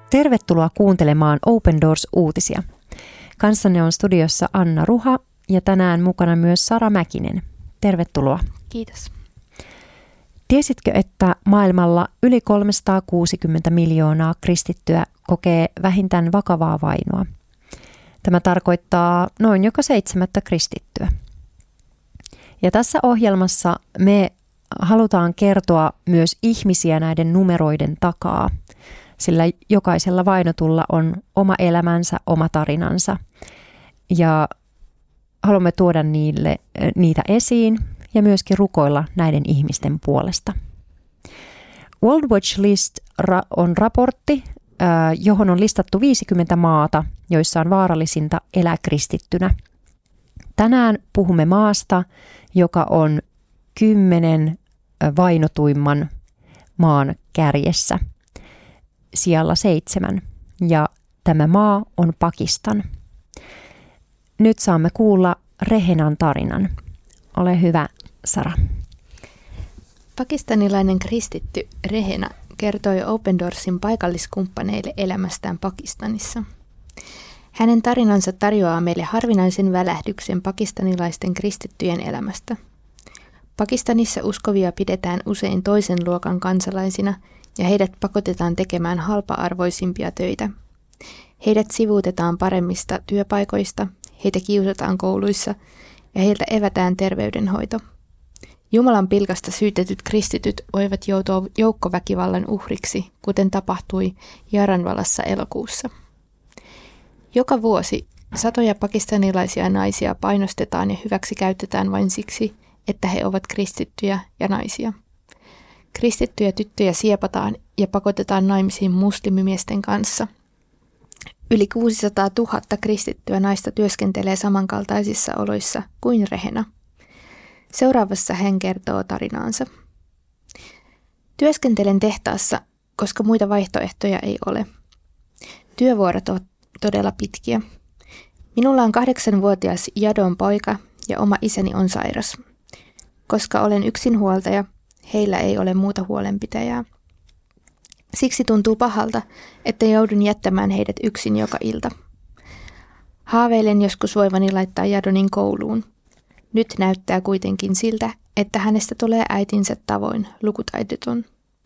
Tervetuloa kuuntelemaan Open Doors-uutisia. Kanssanne on studiossa Anna Ruha ja tänään mukana myös Sara Mäkinen. Tervetuloa. Kiitos. Tiesitkö, että maailmalla yli 360 miljoonaa kristittyä kokee vähintään vakavaa vainoa? Tämä tarkoittaa noin joka 7. kristittyä. Ja tässä ohjelmassa me halutaan kertoa myös ihmisiä näiden numeroiden takaa, sillä jokaisella vainotulla on oma elämänsä, oma tarinansa. Ja haluamme tuoda niitä esiin ja myöskin rukoilla näiden ihmisten puolesta. World Watch List on raportti, johon on listattu 50 maata, joissa on vaarallisinta elää kristittynä. Tänään puhumme maasta, joka on 10 vainotuimman maan kärjessä, sijalla 7, ja tämä maa on Pakistan. Nyt saamme kuulla Rehenan tarinan. Ole hyvä, Sara. Pakistanilainen kristitty Rehena kertoi Open Doorsin paikalliskumppaneille elämästään Pakistanissa. Hänen tarinansa tarjoaa meille harvinaisen välähdyksen pakistanilaisten kristittyjen elämästä. Pakistanissa uskovia pidetään usein toisen luokan kansalaisina ja heidät pakotetaan tekemään halpa-arvoisimpia töitä. Heidät sivuutetaan paremmista työpaikoista, heitä kiusataan kouluissa ja heiltä evätään terveydenhoito. Jumalan pilkasta syytetyt kristityt voivat joutua joukkoväkivallan uhriksi, kuten tapahtui Jaranvalassa elokuussa. Joka vuosi satoja pakistanilaisia naisia painostetaan ja hyväksikäytetään vain siksi, että he ovat kristittyjä ja naisia. Kristittyjä tyttöjä siepataan ja pakotetaan naimisiin muslimimiesten kanssa. Yli 600 000 kristittyä naista työskentelee samankaltaisissa oloissa kuin Rehena. Seuraavassa hän kertoo tarinaansa. Työskentelen tehtaassa, koska muita vaihtoehtoja ei ole. Työvuorot ovat todella pitkiä. Minulla on 8-vuotias Jadon poika ja oma isäni on sairas. Koska olen yksinhuoltaja, heillä ei ole muuta huolenpitäjää. Siksi tuntuu pahalta, että joudun jättämään heidät yksin joka ilta. Haaveilen joskus voivani laittaa Jadonin kouluun. Nyt näyttää kuitenkin siltä, että hänestä tulee äitinsä tavoin lukutaidoton.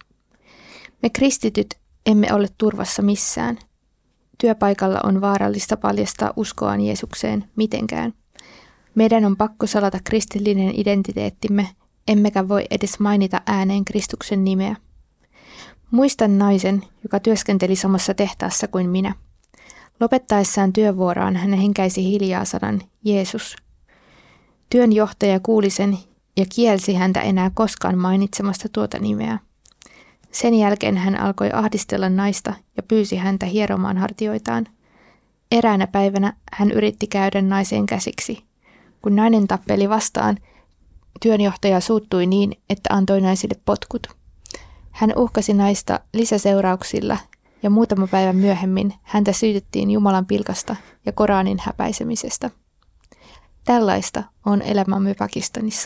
Me kristityt emme ole turvassa missään. Työpaikalla on vaarallista paljastaa uskoaan Jeesukseen mitenkään. Meidän on pakko salata kristillinen identiteettimme, emmekä voi edes mainita ääneen Kristuksen nimeä. Muistan naisen, joka työskenteli samassa tehtaassa kuin minä. Lopettaessaan työvuoroaan hän henkäisi hiljaa sanan Jeesus. Työnjohtaja kuuli sen ja kielsi häntä enää koskaan mainitsemasta tuota nimeä. Sen jälkeen hän alkoi ahdistella naista ja pyysi häntä hieromaan hartioitaan. Eräänä päivänä hän yritti käydä naiseen käsiksi. Kun nainen tappeli vastaan, työnjohtaja suuttui niin, että antoi naisille potkut. Hän uhkasi naista lisäseurauksilla ja muutama päivä myöhemmin häntä syytettiin Jumalan pilkasta ja Koranin häpäisemisestä. Tällaista on elämämme Pakistanissa.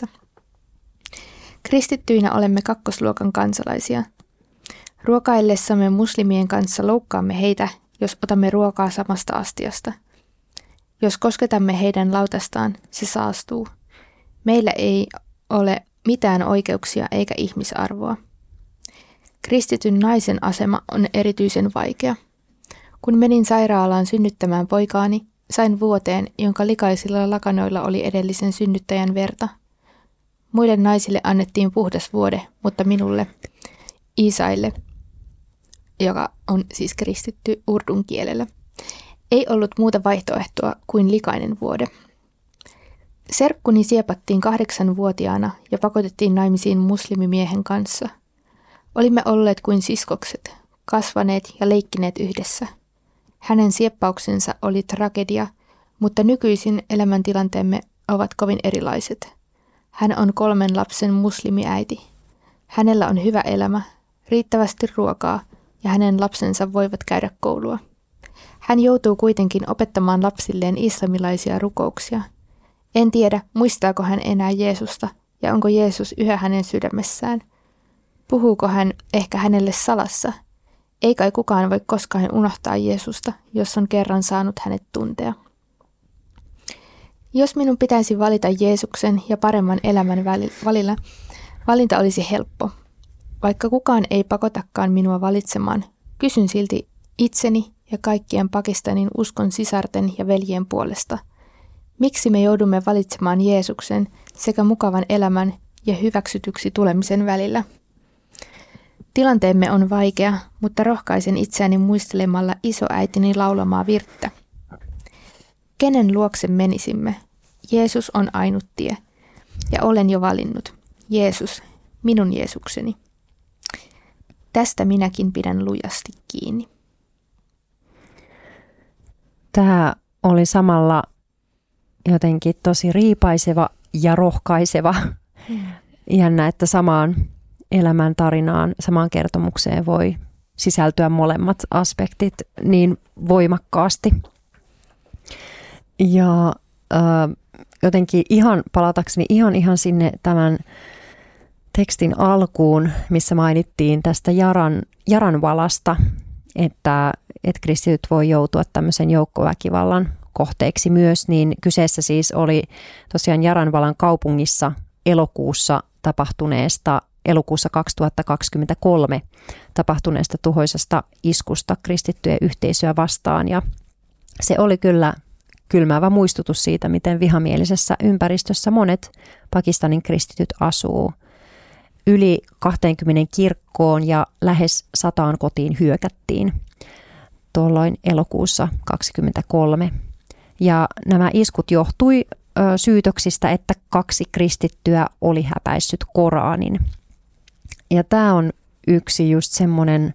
Kristittyinä olemme kakkosluokan kansalaisia. Ruokaillessamme muslimien kanssa loukkaamme heitä, jos otamme ruokaa samasta astiasta. Jos kosketamme heidän lautastaan, se saastuu. Meillä ei ole mitään oikeuksia eikä ihmisarvoa. Kristityn naisen asema on erityisen vaikea. Kun menin sairaalaan synnyttämään poikaani, sain vuoteen, jonka likaisilla lakanoilla oli edellisen synnyttäjän verta. Muille naisille annettiin puhdas vuode, mutta minulle, Isaille, joka on siis kristitty urdun kielellä, ei ollut muuta vaihtoehtoa kuin likainen vuode. Serkkuni siepattiin 8-vuotiaana ja pakotettiin naimisiin muslimimiehen kanssa. Olimme olleet kuin siskokset, kasvaneet ja leikkineet yhdessä. Hänen sieppauksensa oli tragedia, mutta nykyisin elämäntilanteemme ovat kovin erilaiset. Hän on 3 lapsen muslimiäiti. Hänellä on hyvä elämä, riittävästi ruokaa ja hänen lapsensa voivat käydä koulua. Hän joutuu kuitenkin opettamaan lapsilleen islamilaisia rukouksia. En tiedä, muistaako hän enää Jeesusta ja onko Jeesus yhä hänen sydämessään. Puhuuko hän ehkä hänelle salassa? Ei kai kukaan voi koskaan unohtaa Jeesusta, jos on kerran saanut hänet tuntea. Jos minun pitäisi valita Jeesuksen ja paremman elämän välillä, valinta olisi helppo. Vaikka kukaan ei pakotakaan minua valitsemaan, kysyn silti itseni ja kaikkien Pakistanin uskon sisarten ja veljien puolesta. Miksi me joudumme valitsemaan Jeesuksen sekä mukavan elämän ja hyväksytyksi tulemisen välillä? Tilanteemme on vaikea, mutta rohkaisen itseäni muistelemalla isoäitini laulamaa virttä. Kenen luokse menisimme? Jeesus on ainut tie, ja olen jo valinnut. Jeesus, minun Jeesukseni. Tästä minäkin pidän lujasti kiinni. Tämä oli samalla jotenkin tosi riipaiseva ja rohkaiseva. Jännä, että samaan elämän tarinaan, samaan kertomukseen voi sisältyä molemmat aspektit niin voimakkaasti. Ja jotenkin palatakseni ihan sinne tämän tekstin alkuun, missä mainittiin tästä jaranvalasta, että kristityt voi joutua tämmöisen joukkoväkivallan kohteeksi myös, niin kyseessä siis oli tosiaan Jaranvalan kaupungissa elokuussa 2023 tapahtuneesta tuhoisesta iskusta kristittyjen yhteisöä vastaan. Ja se oli kyllä kylmäävä muistutus siitä, miten vihamielisessä ympäristössä monet Pakistanin kristityt asuu. Yli 20 kirkkoon ja lähes 100 kotiin hyökättiin tuolloin elokuussa 2023. Ja nämä iskut johtui syytöksistä, että 2 kristittyä oli häpäissyt Koranin. Ja tämä on yksi just semmoinen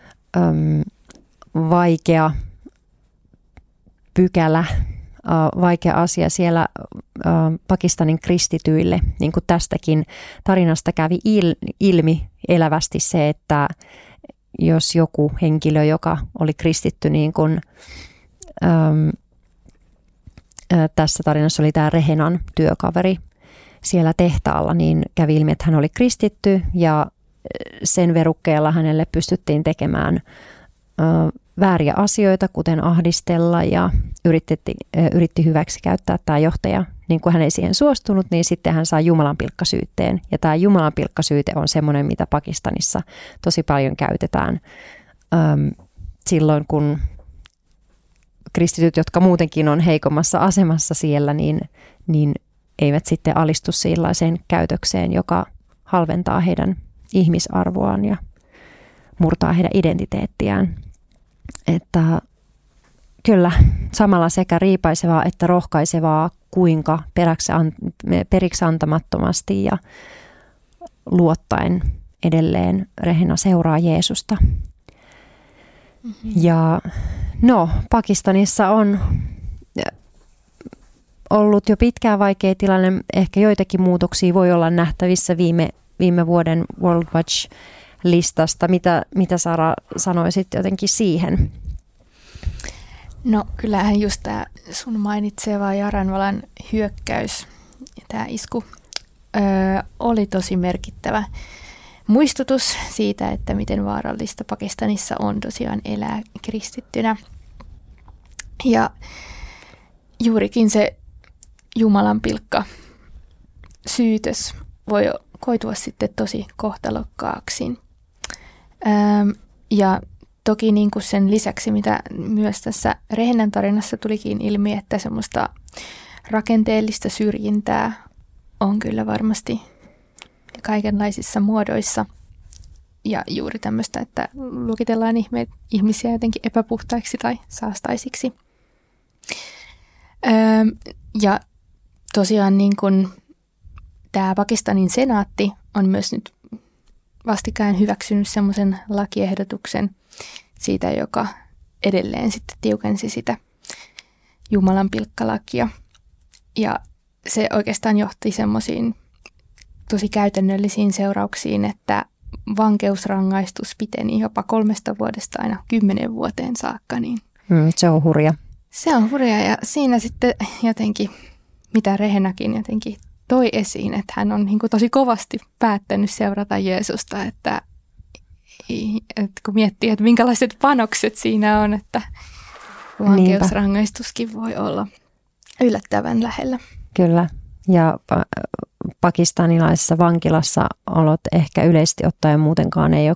vaikea pykälä, vaikea asia siellä Pakistanin kristityille. Niin kuin tästäkin tarinasta kävi ilmi elävästi se, että jos joku henkilö, joka oli kristitty, niin kuin tässä tarinassa oli tämä Rehenan työkaveri siellä tehtaalla, niin kävi ilmi, että hän oli kristitty ja sen verukkeella hänelle pystyttiin tekemään vääriä asioita, kuten ahdistella ja yritti hyväksi käyttää tämä johtaja. Niin kuin hän ei siihen suostunut, niin sitten hän saa jumalanpilkkasyytteen. Ja tämä jumalanpilkkasyyte on semmoinen, mitä Pakistanissa tosi paljon käytetään silloin, kun kristityt, jotka muutenkin on heikommassa asemassa siellä, niin eivät sitten alistu sellaiseen käytökseen, joka halventaa heidän ihmisarvoaan ja murtaa heidän identiteettiään. Että kyllä samalla sekä riipaisevaa että rohkaisevaa, kuinka periksi antamattomasti ja luottaen edelleen Rehena seuraa Jeesusta. Mm-hmm. Ja Pakistanissa on ollut jo pitkään vaikea tilanne. Ehkä joitakin muutoksia voi olla nähtävissä viime vuoden World Watch-listasta. Mitä Sara sanoisit jotenkin siihen? No kyllähän just tämä sun mainitseva Jaranvalan hyökkäys ja tämä isku oli tosi merkittävä muistutus siitä, että miten vaarallista Pakistanissa on tosiaan elää kristittynä. Ja juurikin se jumalanpilkka syytös voi koitua sitten tosi kohtalokkaaksi. Ja toki niin kuin sen lisäksi, mitä myös tässä Rehenan tarinassa tulikin ilmi, että semmoista rakenteellista syrjintää on kyllä varmasti kaikenlaisissa muodoissa. Ja juuri tämmöistä, että luokitellaan ihmisiä jotenkin epäpuhtaiksi tai saastaisiksi. Ja tosiaan niin kuin tämä Pakistanin senaatti on myös nyt vastikään hyväksynyt semmoisen lakiehdotuksen siitä, joka edelleen sitten tiukensi sitä jumalanpilkkalakia. Ja se oikeastaan johti semmoisiin tosi käytännöllisiin seurauksiin, että vankeusrangaistus piteni jopa 3 vuodesta aina 10 vuoteen saakka. Niin se on hurja. Se on hurja ja siinä sitten jotenkin, mitä Rehenakin jotenkin toi esiin, että hän on niin kuin tosi kovasti päättänyt seurata Jeesusta, että että kun miettii, että minkälaiset panokset siinä on, että vankeusrangaistuskin voi olla yllättävän lähellä. Kyllä, ja pakistanilaisessa vankilassa olot ehkä yleisesti ottaen muutenkaan ei ole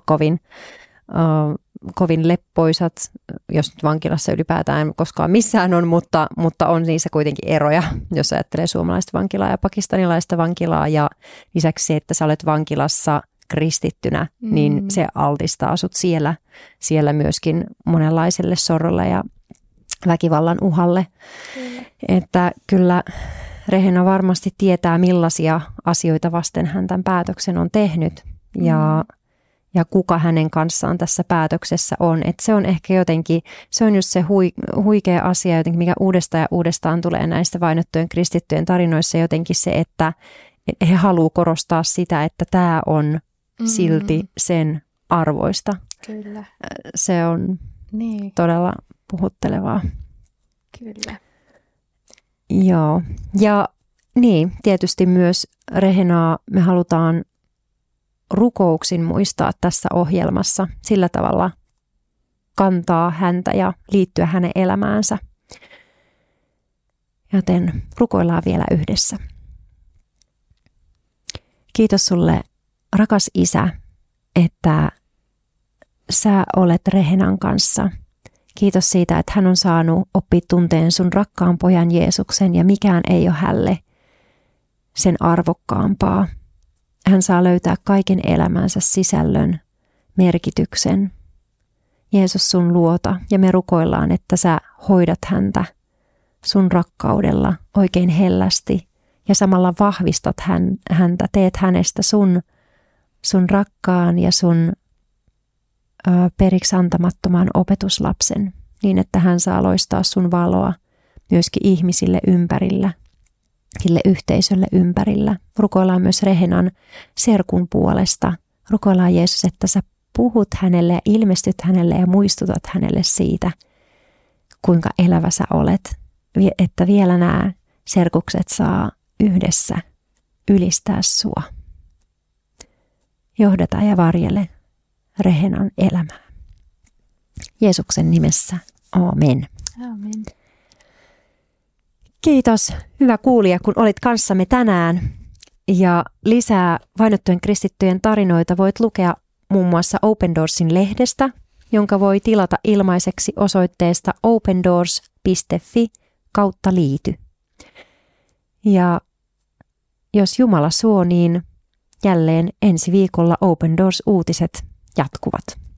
kovin leppoisat, jos nyt vankilassa ylipäätään koskaan missään on, mutta on niissä kuitenkin eroja, jos ajattelee suomalaista vankilaa ja pakistanilaista vankilaa. Ja lisäksi se, että sä olet vankilassa kristittynä, niin se altistaa sut siellä myöskin monenlaiselle sorrolle ja väkivallan uhalle. Että kyllä Rehena varmasti tietää, millaisia asioita vasten hän tämän päätöksen on tehnyt ja kuka hänen kanssaan tässä päätöksessä on. Että se on ehkä jotenkin, se on just se huikea asia jotenkin, mikä uudestaan ja uudestaan tulee näistä vainottujen kristittyjen tarinoissa jotenkin se, että he haluaa korostaa sitä, että tämä on silti sen arvoista. Kyllä. Se on todella puhuttelevaa. Kyllä. Joo, ja niin, tietysti myös Rehenaa me halutaan rukouksin muistaa tässä ohjelmassa, sillä tavalla kantaa häntä ja liittyä hänen elämäänsä. Joten rukoillaan vielä yhdessä. Kiitos sulle, rakas Isä, että sä olet Rehenan kanssa. Kiitos siitä, että hän on saanut oppia tunteen sun rakkaan pojan Jeesuksen ja mikään ei ole hälle sen arvokkaampaa. Hän saa löytää kaiken elämänsä sisällön, merkityksen. Jeesus sun luota ja me rukoillaan, että sä hoidat häntä sun rakkaudella oikein hellästi ja samalla vahvistat häntä, teet hänestä sun rakkaan ja sun periksi antamattoman opetuslapsen, niin että hän saa loistaa sun valoa myöskin ihmisille ympärillä, sille yhteisölle ympärillä. Rukoillaan myös Rehenan serkun puolesta. Rukoillaan Jeesus, että sä puhut hänelle ja ilmestyt hänelle ja muistutat hänelle siitä, kuinka elävä sä olet, että vielä nämä serkukset saa yhdessä ylistää sua. Johdata ja varjele Rehenan elämää. Jeesuksen nimessä. Aamen. Aamen. Kiitos, hyvä kuulija, kun olit kanssamme tänään. Ja lisää vainottujen kristittyjen tarinoita voit lukea muun muassa Open Doorsin lehdestä, jonka voi tilata ilmaiseksi osoitteesta opendoors.fi/liity. Ja jos Jumala suo, niin jälleen ensi viikolla Open Doors-uutiset jatkuvat.